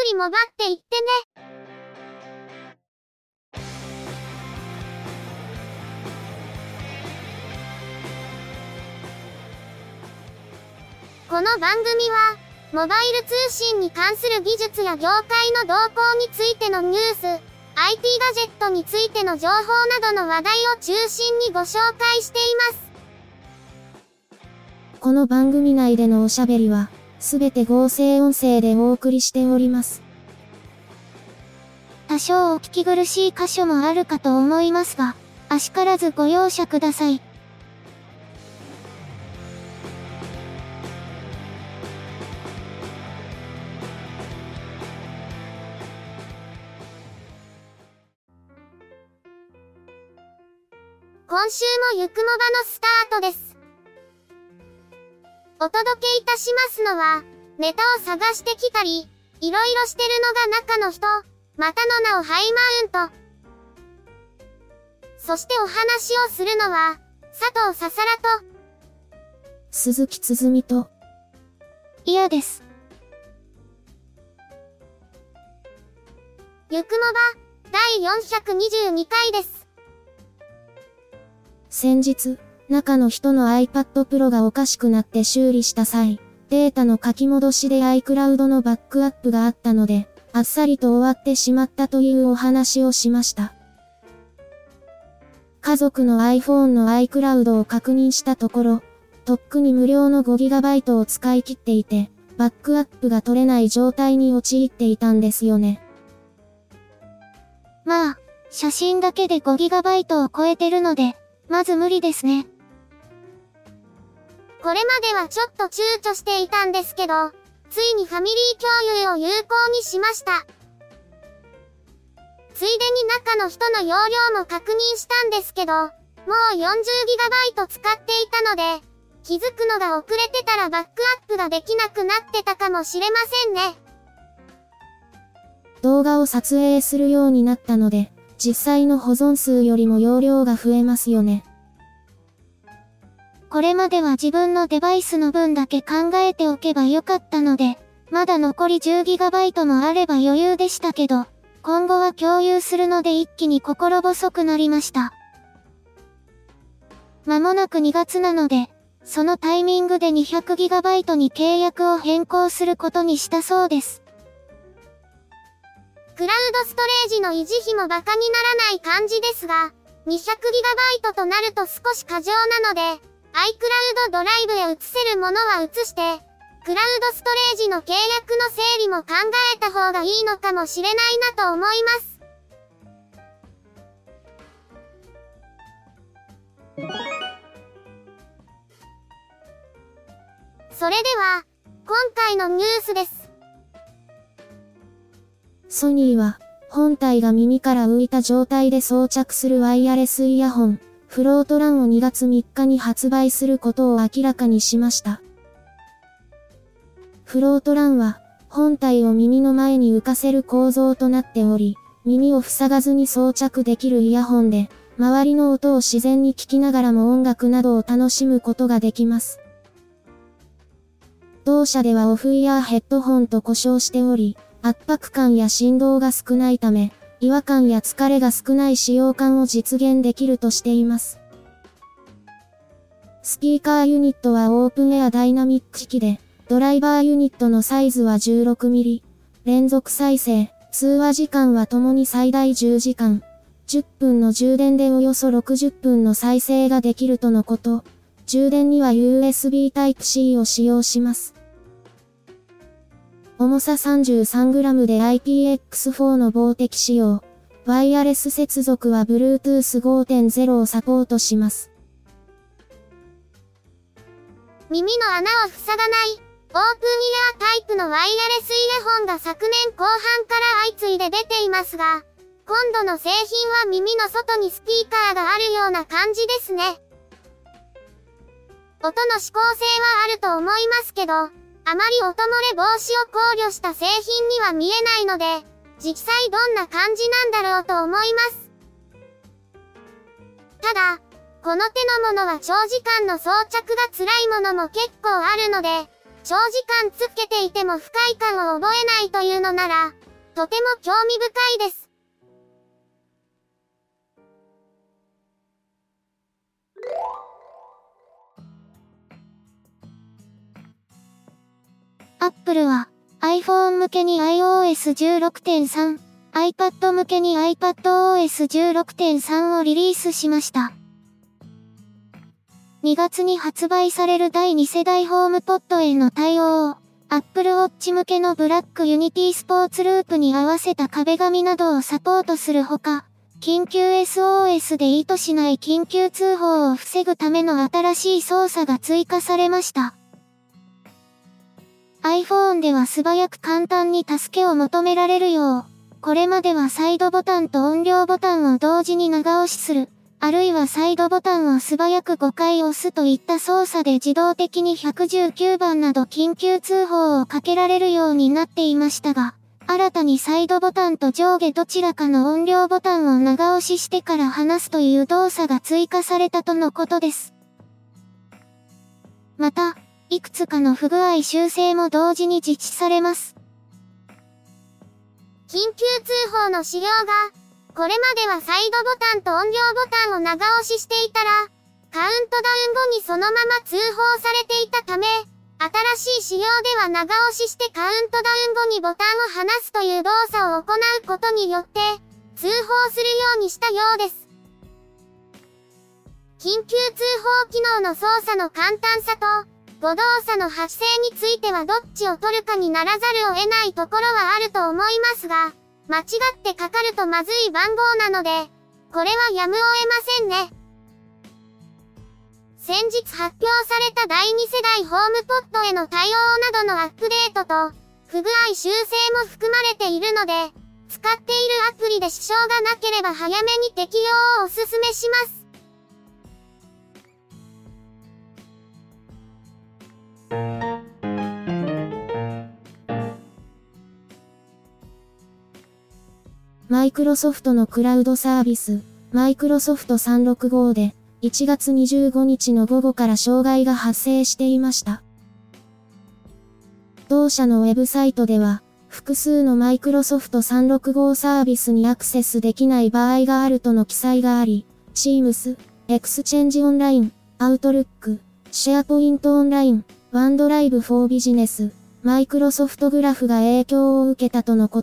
りもばっていってね。この番組は、モバイル通信に関する技術や業界の動向についてのニュース、IT ガジェットについての情報などの話題を中心にご紹介しています。 この番組内でのおしゃべりは、すべて合成音声でお送りしております。 多少お聞き苦しい箇所もあるかと思いますが、あしからずご容赦ください。今週もゆくもばのスタートです。お届けいたしますのは、ネタを探してきたり、いろいろしてるのが中の人、またの名をハイマウント。そしてお話をするのは、佐藤ささらと、 鈴木つづみと、 いやです。ゆくもば、第422回です。 先日、中の人の iPad Pro がおかしくなって修理した際、データの書き戻しで iCloud のバックアップがあったので、あっさりと終わってしまったというお話をしました。家族の iPhone の iCloud を確認したところ、とっくに無料の 5GB を使い切っていて、バックアップが取れない状態に陥っていたんですよね。 まあ、写真だけで 5GB を超えてるので、まず無理ですね。これまではちょっと躊躇していたんですけど、ついにファミリー共有を有効にしました。ついでに中の人の容量も確認したんですけど、もう 40GB 使っていたので、気づくのが遅れてたらバックアップができなくなってたかもしれませんね。 動画を撮影するようになったので、実際の保存数よりも容量が増えますよね。 これまでは自分のデバイスの分だけ考えておけばよかったので、まだ残り 10GB もあれば余裕でしたけど、今後は共有するので一気に心細くなりました。間もなく2月なので、そのタイミングで 200GB に契約を変更することにしたそうです。クラウドストレージの維持費もバカにならない感じですが、200GB となると少し過剰なので、iCloud ドライブへ移せるものは移して、クラウドストレージの契約の整理も考えた方がいいのかもしれないなと思います。それでは、今回のニュースです。 ソニーは、本体が耳から浮いた状態で装着するワイヤレスイヤホン、フロートランを2月3日に発売することを明らかにしました。フロートランは、本体を耳の前に浮かせる構造となっており、耳を塞がずに装着できるイヤホンで、周りの音を自然に聞きながらも音楽などを楽しむことができます。同社ではオフイヤーヘッドホンと呼称しており、圧迫感や振動が少ないため、違和感や疲れが少ない使用感を実現できるとしています。スピーカーユニットはオープンエアダイナミック機器で、ドライバーユニットのサイズは 16mm、連続再生、通話時間はともに最大10時間、10分の充電でおよそ60分の再生ができるとのこと。充電には USB Type-C を使用します。重さ 33g で IPX4 の防滴仕様。ワイヤレス接続は Bluetooth 5.0 をサポートします。 耳の穴を塞がない、オープンイヤータイプのワイヤレスイヤホンが昨年後半から相次いで出ていますが、今度の製品は耳の外にスピーカーがあるような感じですね。音の指向性はあると思いますけど、あまり音漏れ防止を考慮した製品には見えないので、実際どんな感じなんだろうと思います。ただ、この手のものは長時間の装着が辛いものも結構あるので、 長時間つけていても不快感を覚えないというのなら、とても興味深いです。 Apple は iPhone 向けに iOS16.3、iPad 向けに iPadOS16.3 をリリースしました。2月に発売される第2世代ホームポットへの対応を Apple Watch 向けのブラックユニティスポーツループに合わせた壁紙などをサポートするほか、緊急 SOS で意図しない緊急通報を防ぐための新しい操作が追加されました。iPhone では素早く簡単に助けを求められるよう、これまではサイドボタンと音量ボタンを同時に長押しする、あるいはサイドボタンを素早く5回押すといった操作で自動的に119番など緊急通報をかけられるようになっていましたが、新たにサイドボタンと上下どちらかの音量ボタンを長押ししてから離すという動作が追加されたとのことです。また、いくつかの不具合修正も同時に実施されます。 緊急通報の仕様が、これまではサイドボタンと音量ボタンを長押ししていたら、カウントダウン後にそのまま通報されていたため、新しい仕様では長押ししてカウントダウン後にボタンを離すという動作を行うことによって、通報するようにしたようです。緊急通報機能の操作の簡単さと、誤動作の発生についてはどっちを取るかにならざるを得ないところはあると思いますが、間違ってかかるとまずい番号なので、これはやむを得ませんね。先日発表された第2世代ホームポットへの対応などのアップデートと、不具合修正も含まれているので、使っているアプリで支障がなければ早めに適用をお勧めします。 マイクロソフトのクラウドサービス、マイクロソフト365で、1月25日の午後から障害が発生していました。同社のウェブサイトでは、複数のマイクロソフト365サービスにアクセスできない場合があるとの記載があり、Teams、Exchange Online、Outlook、SharePoint Online、OneDrive for Business、マイクロソフトグラフが影響を受けたとのこと。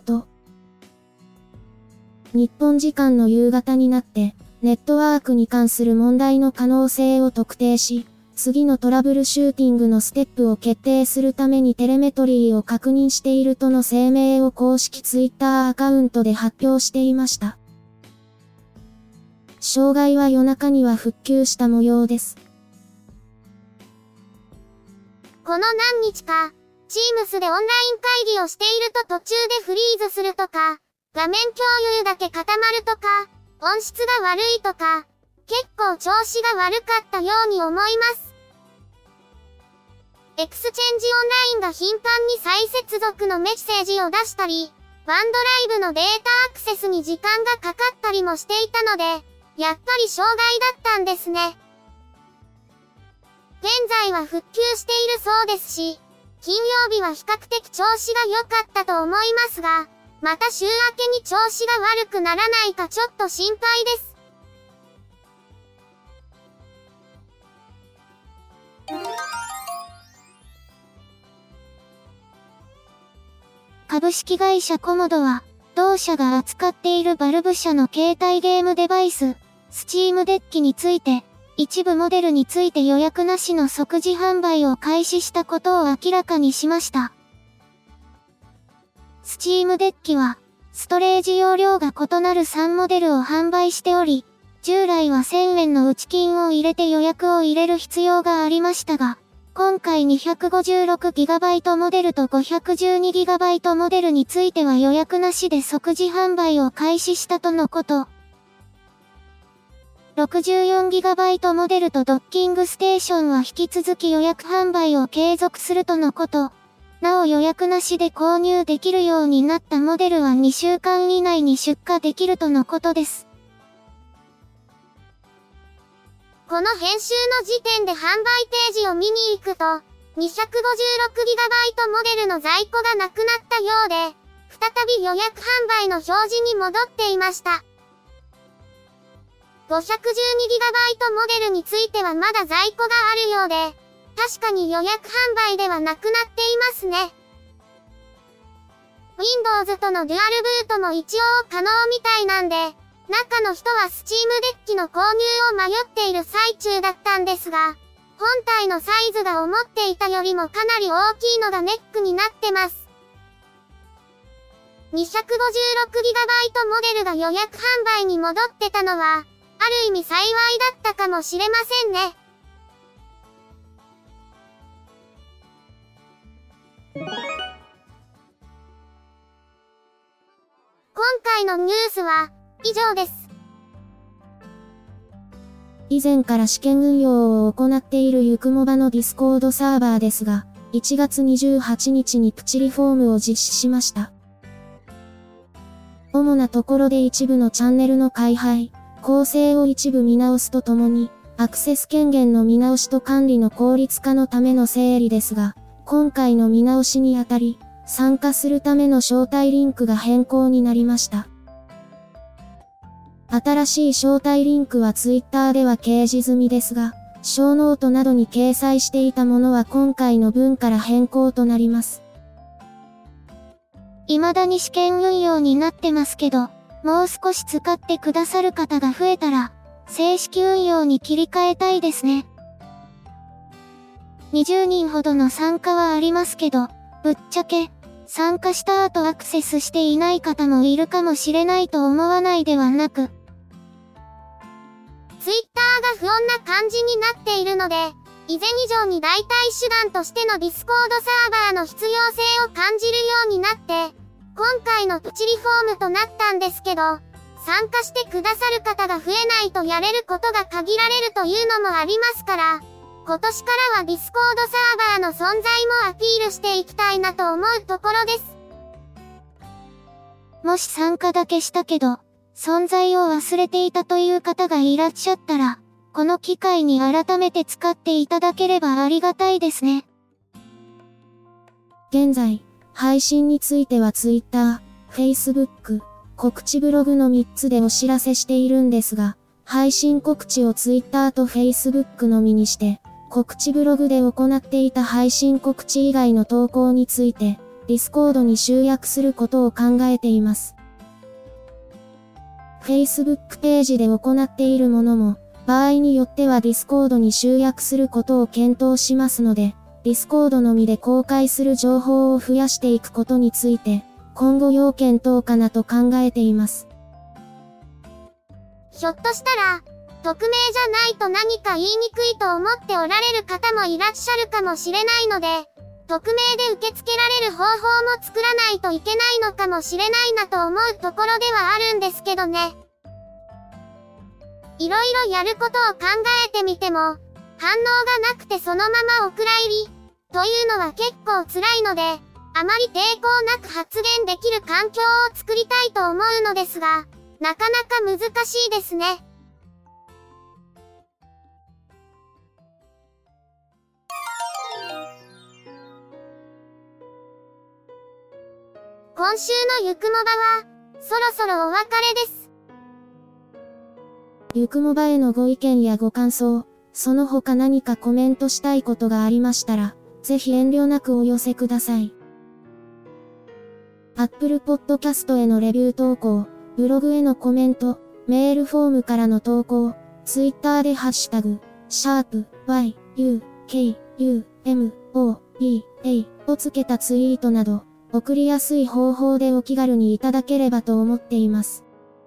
日本時間の夕方になって、ネットワークに関する問題の可能性を特定し、次のトラブルシューティングのステップを決定するためにテレメトリーを確認しているとの声明を公式ツイッターアカウントで発表していました。障害は夜中には復旧した模様です。 この何日か、Teams でオンライン会議をしていると途中でフリーズするとか、画面共有だけ固まるとか、音質が悪いとか、結構調子が悪かったように思います。Exchange Online が頻繁に再接続のメッセージを出したり、OneDrive のデータアクセスに時間がかかったりもしていたので、やっぱり障害だったんですね。現在は復旧しているそうですし、金曜日は比較的調子が良かったと思いますが、また週明けに調子が悪くならないかちょっと心配です。 株式会社コモドは、同社が扱っているバルブ社の携帯ゲームデバイス、Steam デッキについて、一部モデルについて予約なしの即時販売を開始したことを明らかにしました。Steam デッキは、ストレージ容量が異なる3モデルを販売しており、従来は1000円の内金を入れて予約を入れる必要がありましたが、今回 256GB モデルと 512GB モデルについては予約なしで即時販売を開始したとのこと。64GB モデルとドッキングステーションは引き続き予約販売を継続するとのこと。なお予約なしで購入できるようになったモデルは2週間以内に出荷できるとのことです。 この編集の時点で販売ページを見に行くと、 256GB モデルの在庫がなくなったようで、再び予約販売の表示に戻っていました。512GB モデルについてはまだ在庫があるようで、確かに予約販売ではなくなっていますね。Windows とのデュアルブートも一応可能みたいなんで、中の人は Steam デッキの購入を迷っている最中だったんですが、本体のサイズが思っていたよりもかなり大きいのがネックになってます。256GB モデルが予約販売に戻ってたのは、ある意味幸いだったかもしれませんね。今回のニュースは以上です。 以前から試験運用を行っているゆくもばのディスコードサーバーですが、1月28日にプチリフォームを実施しました。主なところで一部のチャンネルの開廃、構成を一部見直すとともに、アクセス権限の見直しと管理の効率化のための整理ですが、今回の見直しにあたり、参加するための招待リンクが変更になりました。新しい招待リンクは Twitter では掲示済みですが、小ノートなどに掲載していたものは今回の分から変更となります。 未だに試験運用になってますけど、もう少し使ってくださる方が増えたら、正式運用に切り替えたいですね。20人ほどの参加はありますけど、ぶっちゃけ、参加した後アクセスしていない方もいるかもしれないと思わないではなく、 Twitter が不穏な感じになっているので、以前以上に代替手段としての Discord サーバーの必要性を感じるようになって、今回のプチリフォームとなったんですけど、参加してくださる方が増えないとやれることが限られるというのもありますから、今年からは Discord サーバーの存在もアピールしていきたいなと思うところです。 もし参加だけしたけど、存在を忘れていたという方がいらっしゃったら、この機会に改めて使っていただければありがたいですね。 現在、配信については Twitter、Facebook、告知ブログの3つでお知らせしているんですが、配信告知を Twitter と Facebook のみにして、告知ブログで行っていた配信告知以外の投稿について、Discord に集約することを考えています。Facebook ページで行っているものも、場合によっては Discord に集約することを検討しますので、Discord のみで公開する情報を増やしていくことについて、今後要検討かなと考えています。 ひょっとしたら、匿名じゃないと何か言いにくいと思っておられる方もいらっしゃるかもしれないので、匿名で受け付けられる方法も作らないといけないのかもしれないなと思うところではあるんですけどね。いろいろやることを考えてみても、反応がなくてそのままお蔵入り、というのは結構辛いので、あまり抵抗なく発言できる環境を作りたいと思うのですが、なかなか難しいですね。今週のゆくもばは、そろそろお別れです。 ゆくもばへのご意見やご感想、その他何かコメントしたいことがありましたら、ぜひ遠慮なくお寄せください。Apple Podcast へのレビュー投稿、ブログへのコメント、メールフォームからの投稿、Twitter でハッシュタグ、#YUKUMOBA をつけたツイートなど、送りやすい方法でお気軽にいただければと思っています。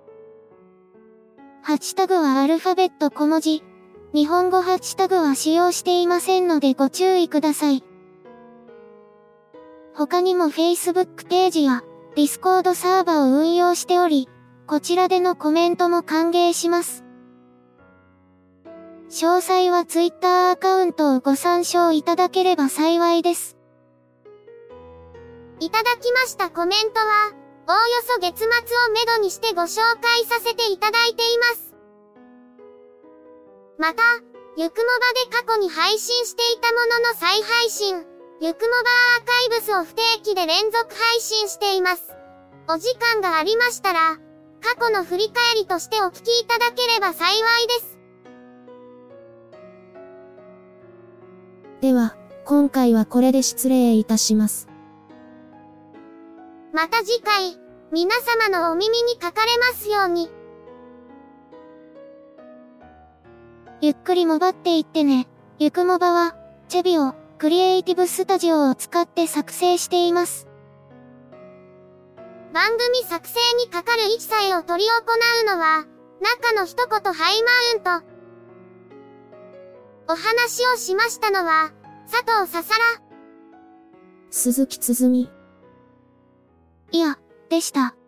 ハッシュタグはアルファベット小文字。日本語ハッシュタグは使用していませんのでご注意ください。他にも Facebook ページや Discord サーバを運用しており、こちらでのコメントも歓迎します。詳細は Twitter アカウントをご参照いただければ幸いです。 いただきましたコメントは、おおよそ月末をめどにしてご紹介させていただいています。また、 ゆくもばで過去に配信していたものの再配信、ゆくもばアーカイブスを不定期で連続配信しています。お時間がありましたら、過去の振り返りとしてお聞きいただければ幸いです。 では、今回はこれで失礼いたします。 また次回、皆様のお耳にかかれますように。 ゆっくりもばっていってね。ゆくもばは、チェビオ、クリエイティブスタジオを使って作成しています。 番組作成にかかる一切を執り行うのは、中の一言ハイマウント。お話をしましたのは、佐藤ささら、 鈴木つづみ。 いや、でした。